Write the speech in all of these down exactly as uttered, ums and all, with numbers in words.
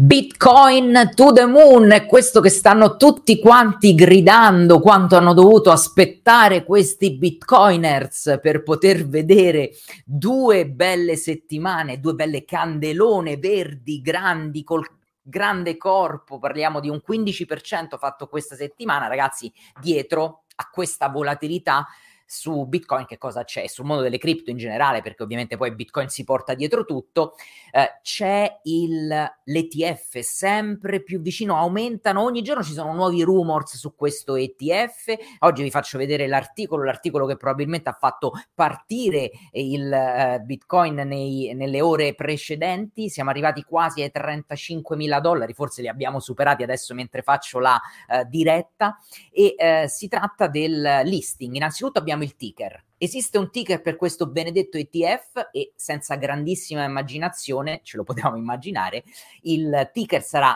Bitcoin to the moon, è questo che stanno tutti quanti gridando, quanto hanno dovuto aspettare questi bitcoiners per poter vedere due belle settimane, due belle candelone verdi grandi col grande corpo. Parliamo di un quindici per cento fatto questa settimana, ragazzi. Dietro a questa volatilità su Bitcoin che cosa c'è? Sul mondo delle cripto in generale, perché ovviamente poi Bitcoin si porta dietro tutto, eh, c'è il, l'E T F sempre più vicino, aumentano, ogni giorno ci sono nuovi rumors su questo E T F. Oggi vi faccio vedere l'articolo, l'articolo che probabilmente ha fatto partire il eh, Bitcoin nei, nelle ore precedenti. Siamo arrivati quasi ai trentacinquemila dollari, forse li abbiamo superati adesso mentre faccio la eh, diretta, e eh, si tratta del listing. Innanzitutto abbiamo il ticker. Esiste un ticker per questo benedetto E T F e senza grandissima immaginazione, ce lo potevamo immaginare, il ticker sarà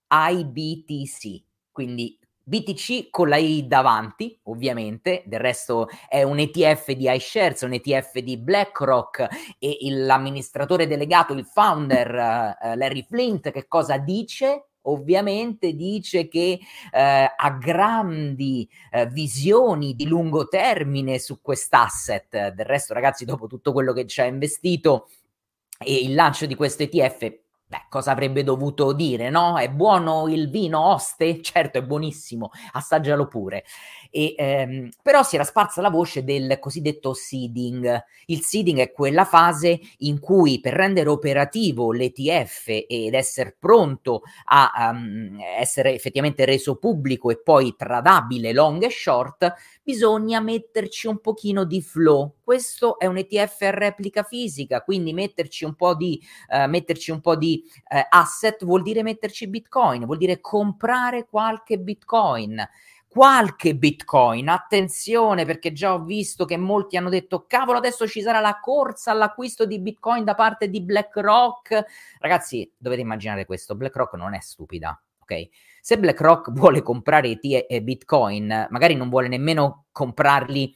I B T C, quindi B T C con la I davanti, ovviamente. Del resto è un E T F di iShares, un E T F di BlackRock, e il, l'amministratore delegato, il founder uh, Larry Flint, che cosa dice? Ovviamente dice che eh, ha grandi eh, visioni di lungo termine su quest'asset. Del resto, ragazzi, dopo tutto quello che ci ha investito e il lancio di questo E T F, beh, cosa avrebbe dovuto dire, no? È buono il vino, oste? Certo, è buonissimo, assaggialo pure. E, ehm, però si era sparsa la voce del cosiddetto seeding. Il seeding è quella fase in cui, per rendere operativo l'E T F ed essere pronto a um, essere effettivamente reso pubblico e poi tradabile long e short, bisogna metterci un pochino di flow. Questo è un E T F a replica fisica, quindi metterci un po' di uh, metterci un po' di uh, asset vuol dire metterci Bitcoin, vuol dire comprare qualche Bitcoin. Qualche Bitcoin, attenzione, perché già ho visto che molti hanno detto cavolo, adesso ci sarà la corsa all'acquisto di Bitcoin da parte di BlackRock. Ragazzi, dovete immaginare questo: BlackRock non è stupida, ok? Se BlackRock vuole comprare E T e Bitcoin, magari non vuole nemmeno comprarli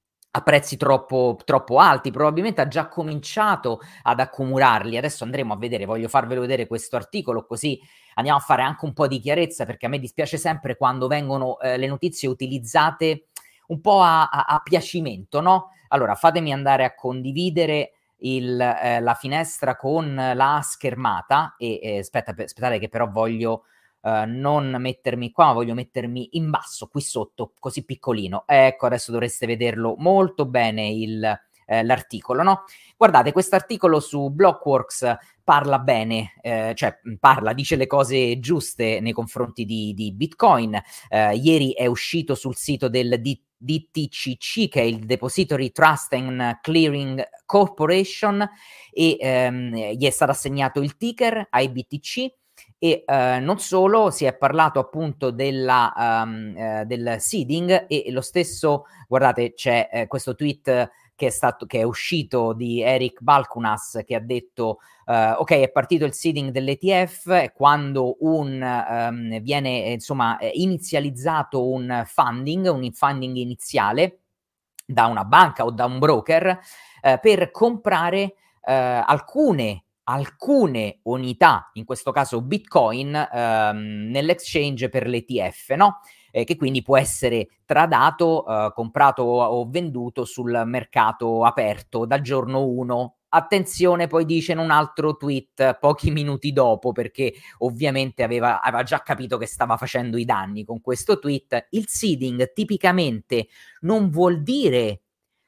a prezzi troppo, troppo alti, probabilmente ha già cominciato ad accumularli. Adesso andremo a vedere, voglio farvelo vedere questo articolo, così andiamo a fare anche un po' di chiarezza, perché a me dispiace sempre quando vengono eh, le notizie utilizzate un po' a, a, a piacimento, no? Allora, fatemi andare a condividere il, eh, la finestra con la schermata e eh, aspetta, aspettate che però voglio Uh, non mettermi qua, ma voglio mettermi in basso, qui sotto, così piccolino. Ecco, adesso dovreste vederlo molto bene il, eh, l'articolo, no? Guardate, questo articolo su Blockworks parla bene, eh, cioè parla, dice le cose giuste nei confronti di, di Bitcoin. Uh, ieri è uscito sul sito del D- D T C C, che è il Depository Trust and Clearing Corporation, e ehm, gli è stato assegnato il ticker I B T C. E eh, non solo, si è parlato appunto della, um, eh, del seeding, e lo stesso, guardate, c'è eh, questo tweet che è stato, che è uscito, di Eric Balchunas, che ha detto uh, ok, è partito il seeding dell'E T F quando un um, viene insomma inizializzato un funding, un funding iniziale da una banca o da un broker uh, per comprare uh, alcune alcune unità, in questo caso Bitcoin, ehm, nell'exchange per l'E T F, no? Eh, che quindi può essere tradato, eh, comprato o venduto sul mercato aperto dal giorno uno. Attenzione, poi dice in un altro tweet pochi minuti dopo, perché ovviamente aveva, aveva già capito che stava facendo i danni con questo tweet. Il seeding tipicamente non vuol dire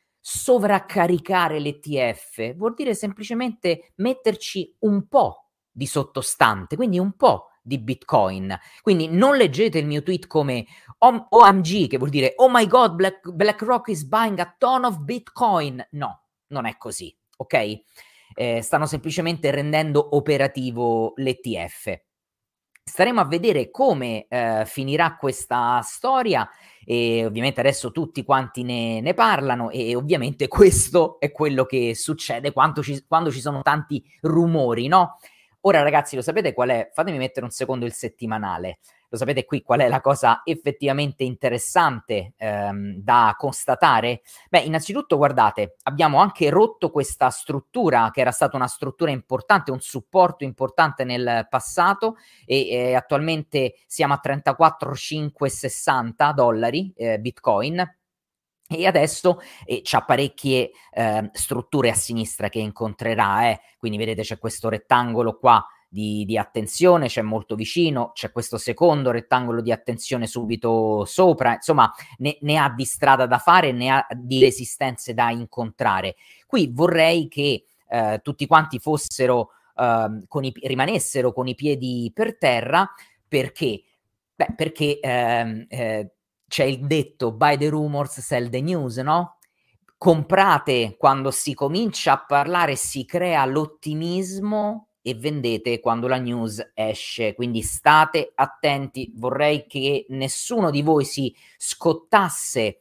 sovraccaricare l'E T F, vuol dire semplicemente metterci un po' di sottostante, quindi un po' di Bitcoin. Quindi non leggete il mio tweet come O M G, che vuol dire oh my god, Black, BlackRock is buying a ton of Bitcoin. No, non è così, ok? Eh, stanno semplicemente rendendo operativo l'E T F. Staremo a vedere come eh, finirà questa storia, e ovviamente adesso tutti quanti ne, ne parlano, e ovviamente questo è quello che succede quando ci, quando ci sono tanti rumori, no? Ora ragazzi, lo sapete qual è? Fatemi mettere un secondo il settimanale. Lo sapete qui qual è la cosa effettivamente interessante ehm, da constatare? Beh, innanzitutto guardate, abbiamo anche rotto questa struttura che era stata una struttura importante, un supporto importante nel passato e eh, attualmente siamo a trentaquattro cinquecentosessanta dollari eh, Bitcoin. E adesso eh, c'ha parecchie eh, strutture a sinistra che incontrerà, eh. Quindi vedete c'è questo rettangolo qua di, di attenzione, c'è molto vicino, c'è questo secondo rettangolo di attenzione subito sopra, insomma ne, ne ha di strada da fare, ne ha di resistenze da incontrare. Qui vorrei che eh, tutti quanti fossero, eh, con i, rimanessero con i piedi per terra, perché? Beh, perché ehm, eh, c'è il detto buy the rumors, sell the news, no? Comprate quando si comincia a parlare, si crea l'ottimismo e vendete quando la news esce. Quindi state attenti, vorrei che nessuno di voi si scottasse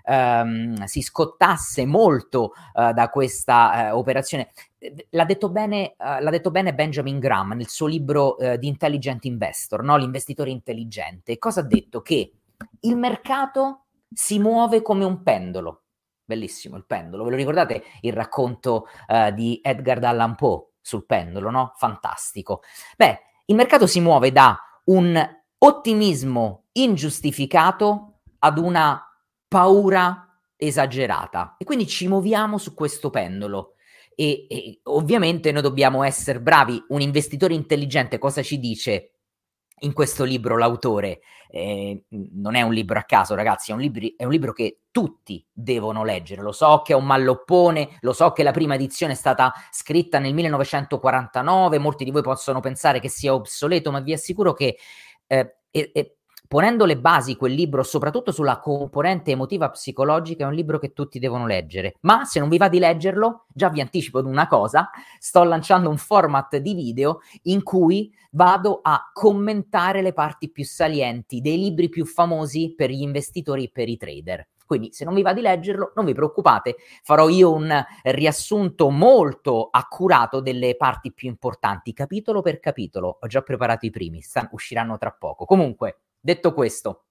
Um, si scottasse molto uh, da questa uh, operazione. L'ha detto bene, uh, l'ha detto bene Benjamin Graham nel suo libro uh, The Intelligent Investor, no? L'investitore intelligente. Cosa ha detto? Che il mercato si muove come un pendolo. Bellissimo il pendolo. Ve lo ricordate il racconto uh, di Edgar Allan Poe sul pendolo, no? Fantastico. Beh, il mercato si muove da un ottimismo ingiustificato ad una paura esagerata e quindi ci muoviamo su questo pendolo e, e ovviamente noi dobbiamo essere bravi. Un investitore intelligente cosa ci dice in questo libro l'autore? Eh, non è un libro a caso ragazzi, è un, libri, è un libro che tutti devono leggere. Lo so che è un malloppone, lo so che la prima edizione è stata scritta nel millenovecentoquarantanove, molti di voi possono pensare che sia obsoleto, ma vi assicuro che eh, eh, eh, ponendo le basi, quel libro, soprattutto sulla componente emotiva psicologica, è un libro che tutti devono leggere. Ma se non vi va di leggerlo, già vi anticipo di una cosa, sto lanciando un format di video in cui vado a commentare le parti più salienti dei libri più famosi per gli investitori e per i trader. Quindi se non vi va di leggerlo, non vi preoccupate, farò io un riassunto molto accurato delle parti più importanti, capitolo per capitolo. Ho già preparato i primi, sta- usciranno tra poco. Comunque, detto questo,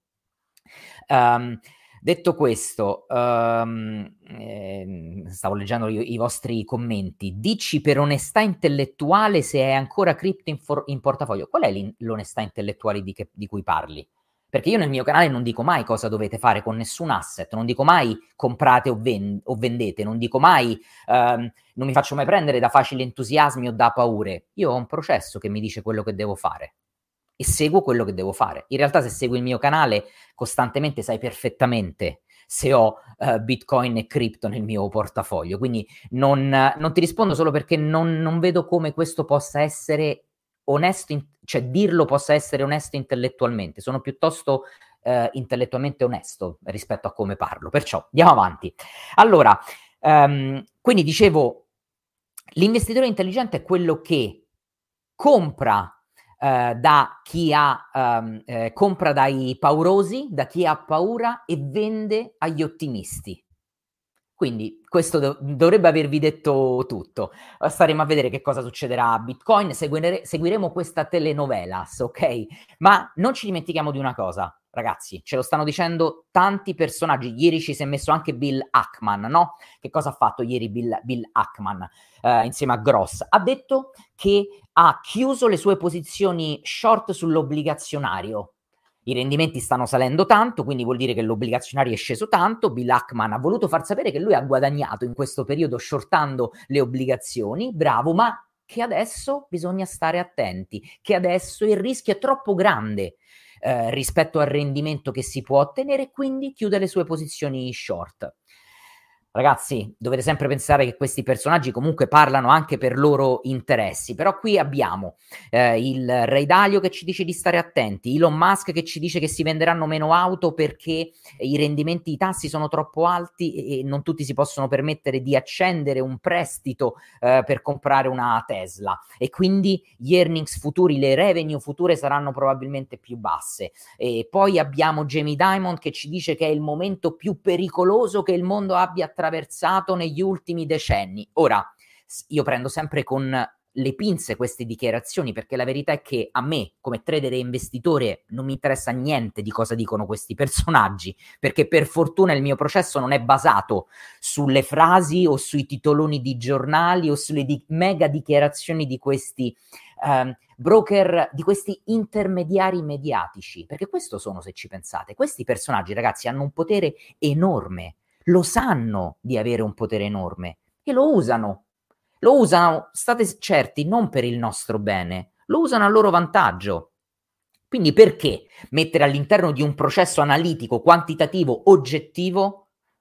um, detto questo, um, eh, stavo leggendo i, i vostri commenti. Dici per onestà intellettuale se è ancora cripto in, for- in portafoglio. Qual è l'onestà intellettuale di, che, di cui parli? Perché io nel mio canale non dico mai cosa dovete fare con nessun asset, non dico mai comprate o, ven- o vendete, non dico mai, ehm, non mi faccio mai prendere da facili entusiasmi o da paure. Io ho un processo che mi dice quello che devo fare e seguo quello che devo fare. In realtà se segui il mio canale costantemente sai perfettamente se ho uh, Bitcoin e cripto nel mio portafoglio, quindi non, non ti rispondo solo perché non, non vedo come questo possa essere onesto, in, cioè dirlo possa essere onesto intellettualmente, sono piuttosto uh, intellettualmente onesto rispetto a come parlo, perciò andiamo avanti. Allora, um, quindi dicevo, l'investitore intelligente è quello che compra Uh, da chi ha um, eh, compra dai paurosi, da chi ha paura e vende agli ottimisti. Quindi questo do- dovrebbe avervi detto tutto. Staremo a vedere che cosa succederà a Bitcoin, seguire- seguiremo questa telenovelas, ok? Ma non ci dimentichiamo di una cosa, ragazzi, ce lo stanno dicendo tanti personaggi. Ieri ci si è messo anche Bill Ackman, no? Che cosa ha fatto ieri Bill, Bill Ackman eh, insieme a Gross? Ha detto che ha chiuso le sue posizioni short sull'obbligazionario. I rendimenti stanno salendo tanto, quindi vuol dire che l'obbligazionario è sceso tanto. Bill Ackman ha voluto far sapere che lui ha guadagnato in questo periodo shortando le obbligazioni, bravo, ma che adesso bisogna stare attenti, che adesso il rischio è troppo grande eh, rispetto al rendimento che si può ottenere, quindi chiude le sue posizioni short. Ragazzi, dovete sempre pensare che questi personaggi comunque parlano anche per loro interessi, però qui abbiamo eh, il Ray Dalio che ci dice di stare attenti, Elon Musk che ci dice che si venderanno meno auto perché i rendimenti, i tassi sono troppo alti e non tutti si possono permettere di accendere un prestito eh, per comprare una Tesla e quindi gli earnings futuri, le revenue future saranno probabilmente più basse. E poi abbiamo Jamie Dimon che ci dice che è il momento più pericoloso che il mondo abbia attraversato negli ultimi decenni. Ora, io prendo sempre con le pinze queste dichiarazioni, perché la verità è che a me, come trader e investitore, non mi interessa niente di cosa dicono questi personaggi, perché per fortuna il mio processo non è basato sulle frasi o sui titoloni di giornali o sulle di- mega dichiarazioni di questi ehm, broker, di questi intermediari mediatici, perché questo sono, se ci pensate. Questi personaggi, ragazzi, hanno un potere enorme, lo sanno di avere un potere enorme e lo usano. Lo usano, state certi, non per il nostro bene, lo usano a loro vantaggio. Quindi perché mettere all'interno di un processo analitico, quantitativo, oggettivo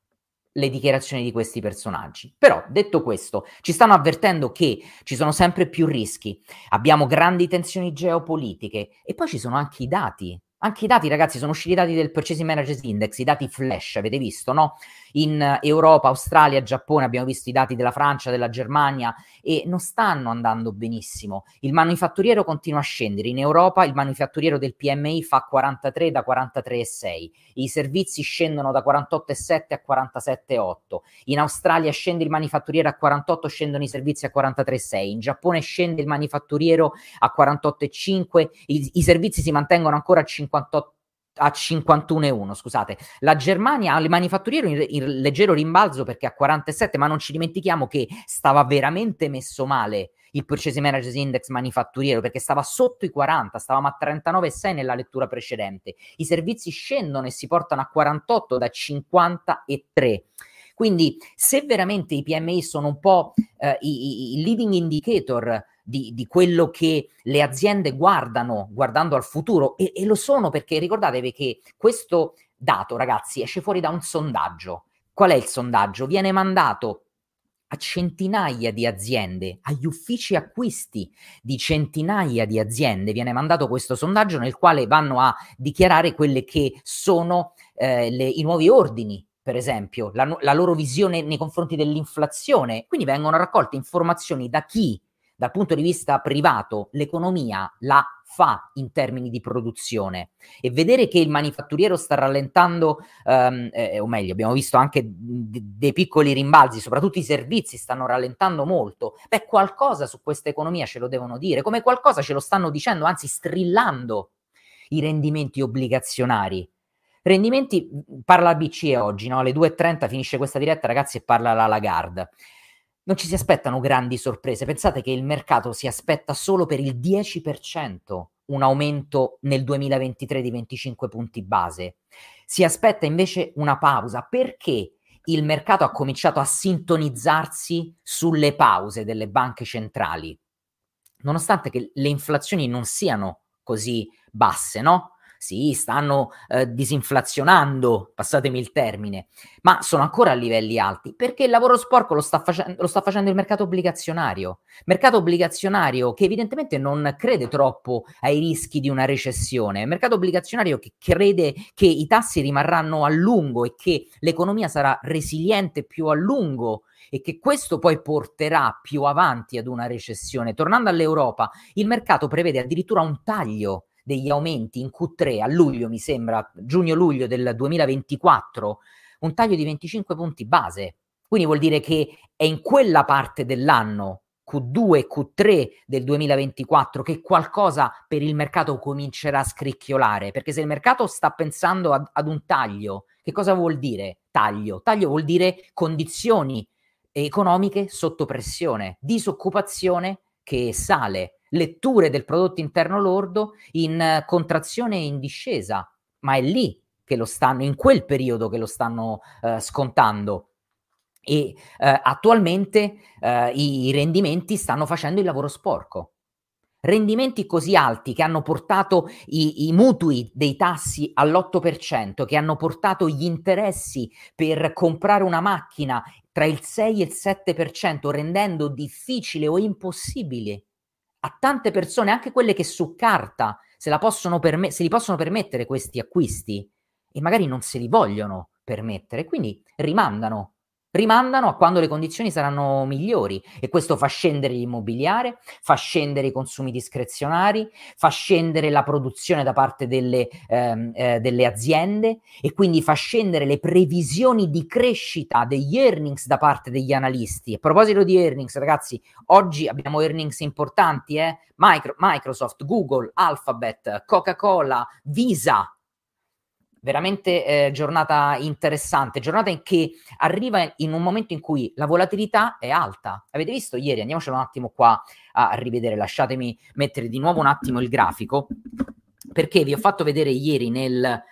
le dichiarazioni di questi personaggi? Però, detto questo, ci stanno avvertendo che ci sono sempre più rischi, abbiamo grandi tensioni geopolitiche e poi ci sono anche i dati. Anche i dati, ragazzi, sono usciti i dati del Purchasing Managers Index, i dati flash, avete visto, no? In Europa, Australia, Giappone, abbiamo visto i dati della Francia, della Germania e non stanno andando benissimo. Il manifatturiero continua a scendere. In Europa il manifatturiero del P M I fa quarantatré da quarantatré virgola sei, i servizi scendono da quarantotto virgola sette a quarantasette virgola otto, in Australia scende il manifatturiero a quarantotto, scendono i servizi a quarantatré virgola sei, in Giappone scende il manifatturiero a quarantotto virgola cinque, i, i servizi si mantengono ancora a cinquantotto a cinquantuno virgola uno, scusate. La Germania ha il manifatturiero in, in leggero rimbalzo perché a quarantasette, ma non ci dimentichiamo che stava veramente messo male il Purchasing Managers Index manifatturiero, perché stava sotto i quaranta, stavamo a trentanove virgola sei nella lettura precedente. I servizi scendono e si portano a quarantotto da cinquantatré. Quindi se veramente i P M I sono un po' eh, i, i leading indicator di, di quello che le aziende guardano, guardando al futuro, e, e lo sono, perché ricordatevi che questo dato, ragazzi, esce fuori da un sondaggio. Qual è il sondaggio? Viene mandato a centinaia di aziende, agli uffici acquisti di centinaia di aziende, viene mandato questo sondaggio nel quale vanno a dichiarare quelle che sono eh, le, i nuovi ordini, per esempio, la, la loro visione nei confronti dell'inflazione. Quindi vengono raccolte informazioni da chi, dal punto di vista privato, l'economia la fa in termini di produzione, e vedere che il manifatturiero sta rallentando, um, eh, o meglio, abbiamo visto anche d- dei piccoli rimbalzi, soprattutto i servizi stanno rallentando molto, beh, qualcosa su questa economia ce lo devono dire, come qualcosa ce lo stanno dicendo, anzi strillando i rendimenti obbligazionari. Rendimenti, parla la B C E oggi, no? Alle due e trenta finisce questa diretta, ragazzi, e parla la Lagarde. Non ci si aspettano grandi sorprese, pensate che il mercato si aspetta solo per il dieci per cento un aumento nel duemilaventitré di venticinque punti base. Si aspetta invece una pausa, perché il mercato ha cominciato a sintonizzarsi sulle pause delle banche centrali, nonostante che le inflazioni non siano così basse, no? Sì, stanno eh, disinflazionando, passatemi il termine, ma sono ancora a livelli alti, perché il lavoro sporco lo sta, face- lo sta facendo il mercato obbligazionario. Mercato obbligazionario che evidentemente non crede troppo ai rischi di una recessione, mercato obbligazionario che crede che i tassi rimarranno a lungo e che l'economia sarà resiliente più a lungo e che questo poi porterà più avanti ad una recessione. Tornando all'Europa, il mercato prevede addirittura un taglio degli aumenti in Q tre a luglio, mi sembra, giugno-luglio del duemilaventiquattro, un taglio di venticinque punti base. Quindi vuol dire che è in quella parte dell'anno, Q due e Q tre del duemilaventiquattro, che qualcosa per il mercato comincerà a scricchiolare, perché se il mercato sta pensando ad, ad un taglio, che cosa vuol dire taglio? Taglio vuol dire condizioni economiche sotto pressione, disoccupazione che sale, letture del prodotto interno lordo in uh, contrazione e in discesa, ma è lì che lo stanno, in quel periodo che lo stanno uh, scontando. E uh, attualmente uh, i, i rendimenti stanno facendo il lavoro sporco. Rendimenti così alti che hanno portato i, i mutui dei tassi all'otto per cento, che hanno portato gli interessi per comprare una macchina tra il sei e il sette per cento, rendendo difficile o impossibile a tante persone, anche quelle che su carta se, la possono perme- se li possono permettere questi acquisti e magari non se li vogliono permettere, quindi rimandano rimandano a quando le condizioni saranno migliori e questo fa scendere l'immobiliare, fa scendere i consumi discrezionari, fa scendere la produzione da parte delle, ehm, eh, delle aziende e quindi fa scendere le previsioni di crescita degli earnings da parte degli analisti. A proposito di earnings, ragazzi, oggi abbiamo earnings importanti, eh? Micro, Microsoft, Google, Alphabet, Coca-Cola, Visa. Veramente eh, giornata interessante, giornata in che arriva in un momento in cui la volatilità è alta. Avete visto ieri? Andiamocelo un attimo qua a, a rivedere, lasciatemi mettere di nuovo un attimo il grafico, perché vi ho fatto vedere ieri nel...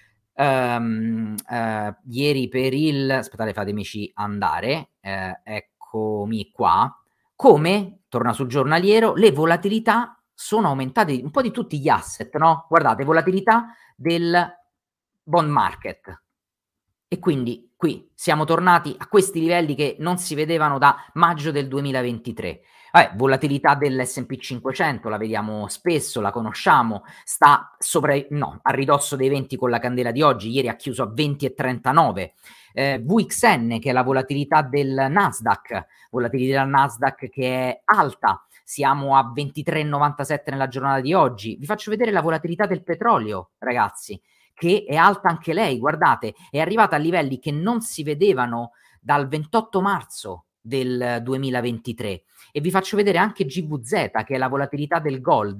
Um, uh, ieri per il... aspettate, fatemici andare, uh, eccomi qua, come, torna sul giornaliero, le volatilità sono aumentate un po' di tutti gli asset, no? Guardate, volatilità del bond market. E quindi qui siamo tornati a questi livelli che non si vedevano da maggio del duemilaventitré. Vabbè, volatilità dell'esse and pi cinquecento, la vediamo spesso, la conosciamo, sta sopra, no, a ridosso dei venti con la candela di oggi, ieri ha chiuso a venti virgola trentanove. Eh, V X N, che è la volatilità del Nasdaq, volatilità del Nasdaq che è alta, siamo a ventitré virgola novantasette nella giornata di oggi. Vi faccio vedere la volatilità del petrolio, ragazzi, che è alta anche lei, guardate, è arrivata a livelli che non si vedevano dal ventotto marzo del duemilaventitré. E vi faccio vedere anche G V Z, che è la volatilità del gold,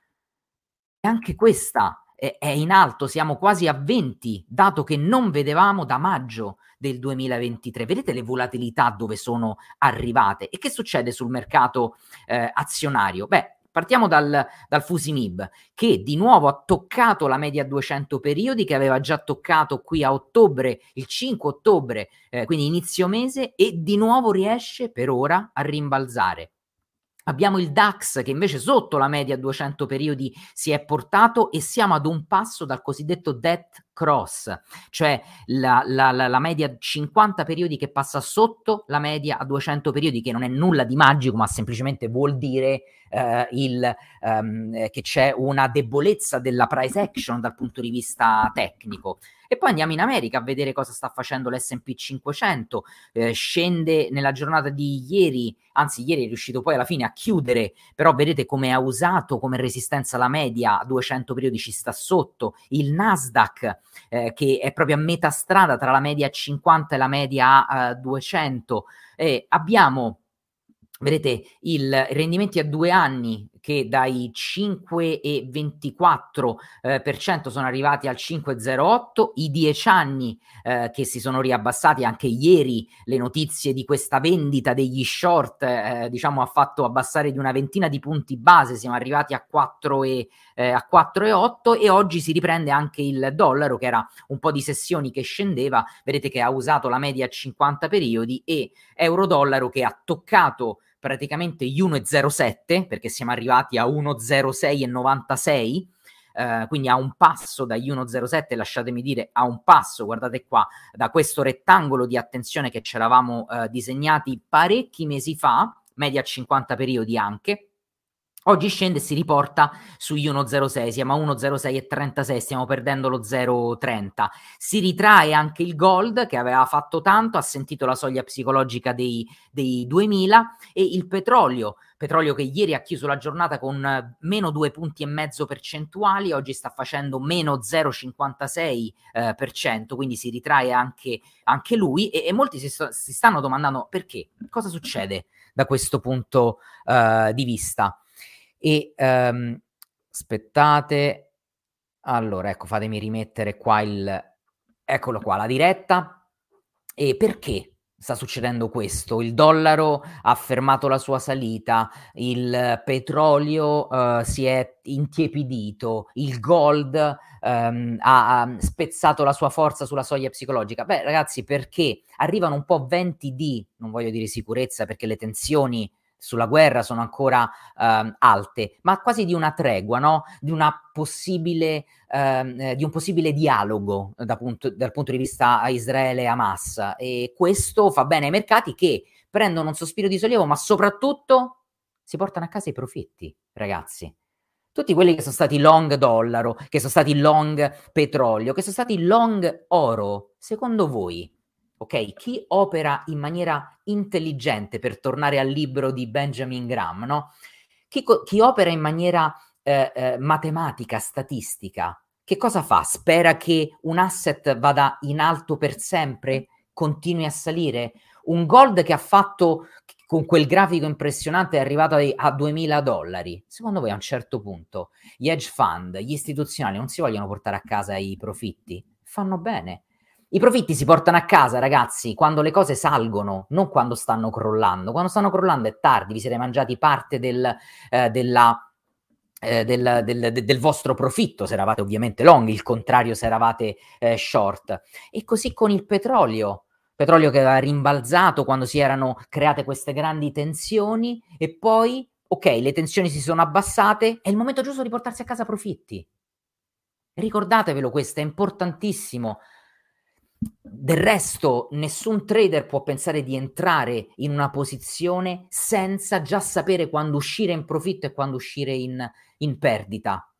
e anche questa è, è in alto, siamo quasi a venti, dato che non vedevamo da maggio del duemilaventitré. Vedete le volatilità dove sono arrivate? E che succede sul mercato eh, azionario? Beh, partiamo dal, dal Fusimib, che di nuovo ha toccato la media duecento periodi, che aveva già toccato qui a ottobre, il cinque ottobre, eh, quindi inizio mese, e di nuovo riesce per ora a rimbalzare. Abbiamo il DAX che invece sotto la media duecento periodi si è portato e siamo ad un passo dal cosiddetto death cross, cioè la, la, la, la media cinquanta periodi che passa sotto la media a duecento periodi, che non è nulla di magico, ma semplicemente vuol dire eh, il, um, che c'è una debolezza della price action dal punto di vista tecnico. E poi andiamo in America a vedere cosa sta facendo l'esse and pi cinquecento, eh, scende nella giornata di ieri, anzi ieri è riuscito poi alla fine a chiudere, però vedete come ha usato come resistenza la media a duecento periodi, ci sta sotto. Il Nasdaq eh, che è proprio a metà strada tra la media a cinquanta e la media a uh, duecento. Eh, abbiamo, vedete, il rendimenti a due anni che dai cinque virgola ventiquattro eh, per cento sono arrivati al cinque virgola zero otto, i dieci anni eh, che si sono riabbassati. Anche ieri le notizie di questa vendita degli short eh, diciamo ha fatto abbassare di una ventina di punti base, siamo arrivati a quattro e, eh, a quattro virgola otto, e oggi si riprende anche il dollaro, che era un po' di sessioni che scendeva, vedete che ha usato la media a cinquanta periodi, e euro-dollaro che ha toccato praticamente gli uno virgola zero sette, perché siamo arrivati a uno virgola zero sei e novantasei, eh, quindi a un passo dagli uno virgola zero sette, lasciatemi dire a un passo, guardate qua, da questo rettangolo di attenzione che ci eravamo eh, disegnati parecchi mesi fa, media a cinquanta periodi anche. Oggi scende e si riporta sugli uno virgola zero sei, siamo a uno virgola zero sei e trentasei, stiamo perdendo lo zero virgola trenta. Si ritrae anche il gold, che aveva fatto tanto, ha sentito la soglia psicologica dei, dei duemila, e il petrolio, petrolio che ieri ha chiuso la giornata con meno due punti e mezzo percentuali, oggi sta facendo meno zero virgola cinquantasei eh, per cento, quindi si ritrae anche, anche lui, e, e molti si, sto, si stanno domandando perché, cosa succede da questo punto uh, di vista. E um, aspettate, allora ecco, fatemi rimettere qua il, eccolo qua, la diretta. E perché sta succedendo questo? Il dollaro ha fermato la sua salita, il petrolio uh, si è intiepidito, il gold um, ha, ha spezzato la sua forza sulla soglia psicologica. Beh, ragazzi, perché arrivano un po' venti di, non voglio dire sicurezza, perché le tensioni sulla guerra sono ancora uh, alte, ma quasi di una tregua, no? Di una possibile, uh, di un possibile dialogo da punto, dal punto di vista a Israele e Hamas, e questo fa bene ai mercati, che prendono un sospiro di sollievo, ma soprattutto si portano a casa i profitti, ragazzi. Tutti quelli che sono stati long dollaro, che sono stati long petrolio, che sono stati long oro, secondo voi ok? Chi opera in maniera intelligente, per tornare al libro di Benjamin Graham, no? Chi, co- chi opera in maniera eh, eh, matematica, statistica, che cosa fa? Spera che un asset vada in alto per sempre, continui a salire? Un gold che ha fatto con quel grafico impressionante è arrivato a, a duemila dollari. Secondo voi a un certo punto gli hedge fund, gli istituzionali non si vogliono portare a casa i profitti? Fanno bene. I profitti si portano a casa, ragazzi, quando le cose salgono, non quando stanno crollando. Quando stanno crollando è tardi, vi siete mangiati parte del, eh, della, eh, del, del, del, del vostro profitto, se eravate ovviamente long, il contrario se eravate eh, short. E così con il petrolio. Petrolio che aveva rimbalzato quando si erano create queste grandi tensioni e poi, ok, le tensioni si sono abbassate, è il momento giusto di portarsi a casa profitti. Ricordatevelo, questo è importantissimo. Del resto, nessun trader può pensare di entrare in una posizione senza già sapere quando uscire in profitto e quando uscire in, in perdita.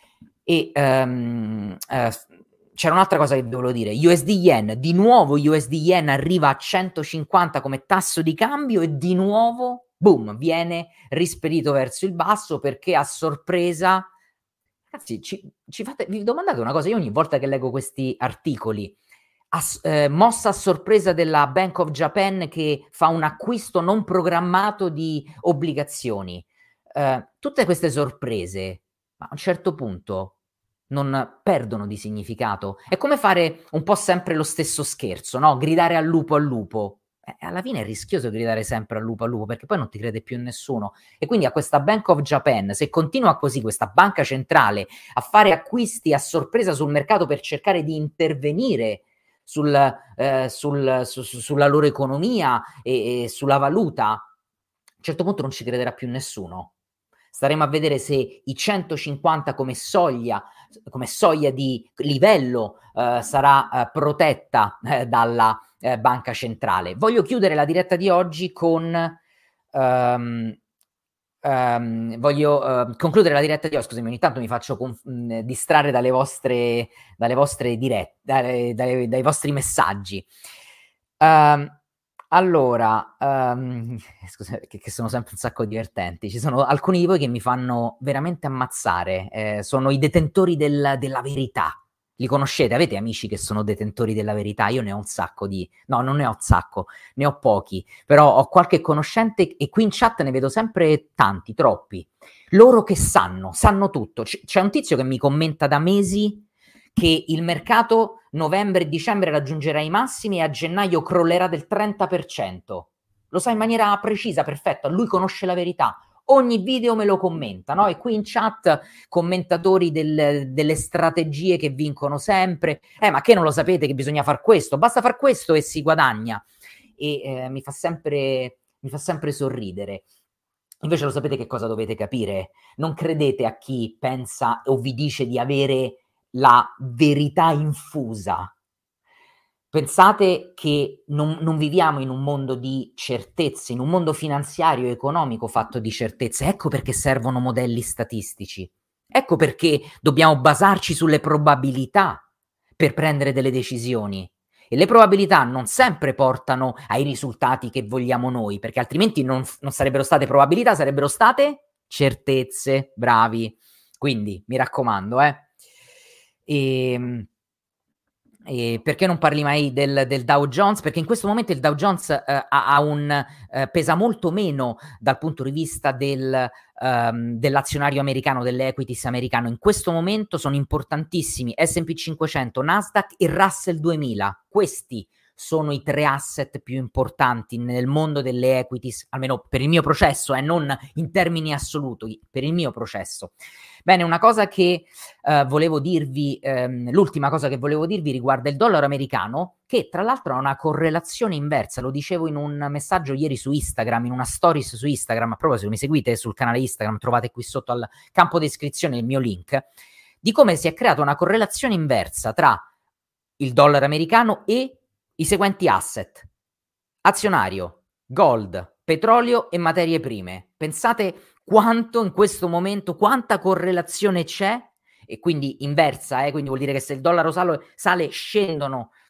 E um, uh, c'era un'altra cosa che volevo dire. U S D Yen, di nuovo U S D Yen arriva a centocinquanta come tasso di cambio e di nuovo, boom, viene rispedito verso il basso perché a sorpresa... Ragazzi, ci, ci fate, vi domandate una cosa, io ogni volta che leggo questi articoli, Ass- eh, mossa a sorpresa della Bank of Japan che fa un acquisto non programmato di obbligazioni. Eh, tutte queste sorprese, a un certo punto, non perdono di significato. È come fare un po' sempre lo stesso scherzo, no? Gridare al lupo al lupo. Eh, alla fine è rischioso gridare sempre al lupo al lupo perché poi non ti crede più nessuno. E quindi a questa Bank of Japan, se continua così, questa banca centrale, a fare acquisti a sorpresa sul mercato per cercare di intervenire sul, eh, sul, su, sulla loro economia e, e sulla valuta, a un certo punto non ci crederà più nessuno. Staremo a vedere se i centocinquanta come soglia, come soglia di livello eh, sarà eh, protetta eh, dalla eh, banca centrale. Voglio chiudere la diretta di oggi con... Um, Um, voglio uh, concludere la diretta di oggi, scusami, ogni tanto mi faccio conf- mh, distrarre dalle vostre, dalle vostre dirette, dalle, dalle, dai vostri messaggi. Um, allora, um, scusate, che, che sono sempre un sacco divertenti. Ci sono alcuni di voi che mi fanno veramente ammazzare, eh, sono i detentori del, della verità. Li conoscete? Avete amici che sono detentori della verità? Io ne ho un sacco di... No, non ne ho un sacco, ne ho pochi, però ho qualche conoscente e qui in chat ne vedo sempre tanti, troppi. Loro che sanno, sanno tutto. C- c'è un tizio che mi commenta da mesi che il mercato novembre e dicembre raggiungerà i massimi e a gennaio crollerà del trenta per cento. Lo sa in maniera precisa, perfetta, lui conosce la verità. Ogni video me lo commenta, no? E qui in chat commentatori del, delle strategie che vincono sempre. Eh, ma che non lo sapete che bisogna far questo? Basta far questo e si guadagna. E eh, mi fa sempre, mi fa sempre sorridere. Invece lo sapete che cosa dovete capire? Non credete a chi pensa o vi dice di avere la verità infusa. Pensate che non, non viviamo in un mondo di certezze, in un mondo finanziario e economico fatto di certezze. Ecco perché servono modelli statistici. Ecco perché dobbiamo basarci sulle probabilità per prendere delle decisioni. E le probabilità non sempre portano ai risultati che vogliamo noi, perché altrimenti non, non sarebbero state probabilità, sarebbero state certezze. Bravi. Quindi, mi raccomando, eh. E... E perché non parli mai del, del Dow Jones? Perché in questo momento il Dow Jones eh, ha, ha un, eh, pesa molto meno dal punto di vista del, um, dell'azionario americano, delle equities americano. In questo momento sono importantissimi S and P cinquecento, Nasdaq e Russell duemila. Questi sono i tre asset più importanti nel mondo delle equities, almeno per il mio processo, e eh, non in termini assoluti, per il mio processo. Bene, una cosa che eh, volevo dirvi, ehm, l'ultima cosa che volevo dirvi riguarda il dollaro americano, che tra l'altro ha una correlazione inversa, lo dicevo in un messaggio ieri su Instagram, in una stories su Instagram, proprio se mi seguite sul canale Instagram, trovate qui sotto al campo descrizione il mio link, di come si è creata una correlazione inversa tra il dollaro americano e i seguenti asset: azionario, gold, petrolio e materie prime. Pensate quanto in questo momento, quanta correlazione c'è, e quindi inversa, eh? Quindi vuol dire che se il dollaro sale, sale scendono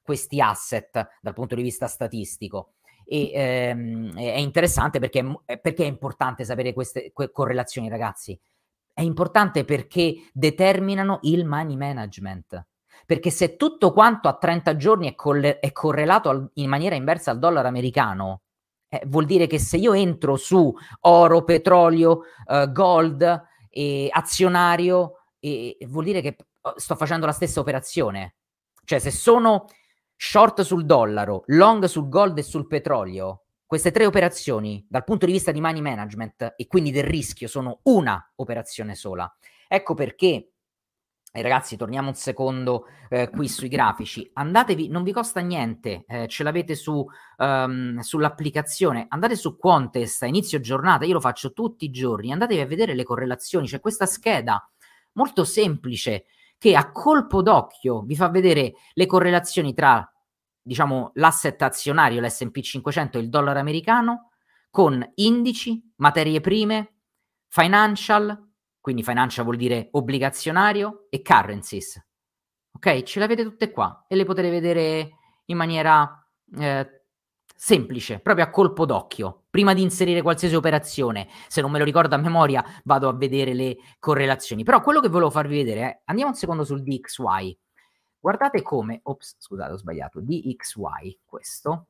questi asset dal punto di vista statistico. E ehm, è interessante perché, perché è importante sapere queste que- correlazioni, ragazzi. È importante perché determinano il money management. Perché se tutto quanto a trenta giorni è, colle- è correlato al- in maniera inversa al dollaro americano, eh, vuol dire che se io entro su oro, petrolio, eh, gold, e azionario, e, e vuol dire che sto facendo la stessa operazione. Cioè, se sono short sul dollaro, long sul gold e sul petrolio, queste tre operazioni, dal punto di vista di money management e quindi del rischio, sono una operazione sola. Ecco perché, eh, ragazzi, torniamo un secondo eh, qui sui grafici. Andatevi, non vi costa niente, eh, ce l'avete su, um, sull'applicazione. Andate su Quantest a inizio giornata, io lo faccio tutti i giorni. Andatevi a vedere le correlazioni. C'è questa scheda molto semplice che a colpo d'occhio vi fa vedere le correlazioni tra, diciamo, l'asset azionario, l'esse and pi cinquecento e il dollaro americano, con indici, materie prime, financial, quindi financial vuol dire obbligazionario, e currencies. Ok? Ce le avete tutte qua e le potete vedere in maniera eh, semplice, proprio a colpo d'occhio. Prima di inserire qualsiasi operazione, se non me lo ricordo a memoria, vado a vedere le correlazioni. Però quello che volevo farvi vedere è, andiamo un secondo sul D X Y. Guardate come, ops, scusate, ho sbagliato, D X Y, questo.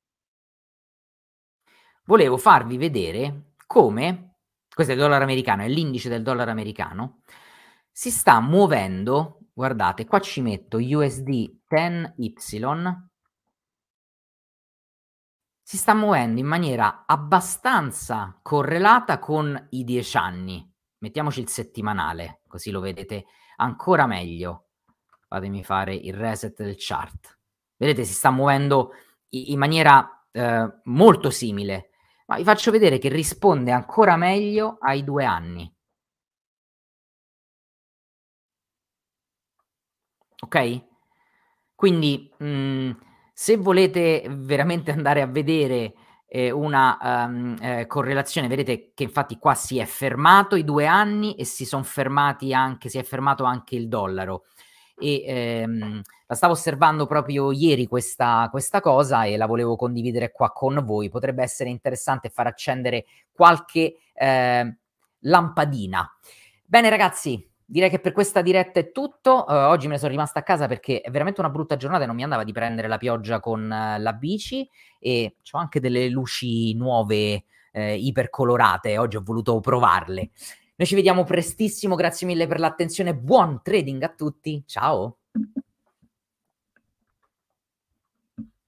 Volevo farvi vedere come, questo è il dollaro americano, è l'indice del dollaro americano, si sta muovendo, guardate, qua ci metto U S D dieci Y, si sta muovendo in maniera abbastanza correlata con i dieci anni. Mettiamoci il settimanale, così lo vedete ancora meglio. Fatemi fare il reset del chart. Vedete, si sta muovendo in maniera eh, molto simile, ma vi faccio vedere che risponde ancora meglio ai due anni. Ok? Quindi, mh, se volete veramente andare a vedere eh, una um, eh, correlazione, vedete che infatti qua si è fermato i due anni e si sono fermati anche, si è fermato anche il dollaro. E ehm, la stavo osservando proprio ieri questa, questa cosa e la volevo condividere qua con voi. Potrebbe essere interessante far accendere qualche eh, lampadina. Bene, ragazzi, direi che per questa diretta è tutto. Uh, oggi me ne sono rimasta a casa perché è veramente una brutta giornata e non mi andava di prendere la pioggia con uh, la bici e ho anche delle luci nuove eh, ipercolorate. Oggi ho voluto provarle. Noi ci vediamo prestissimo, grazie mille per l'attenzione, buon trading a tutti, ciao!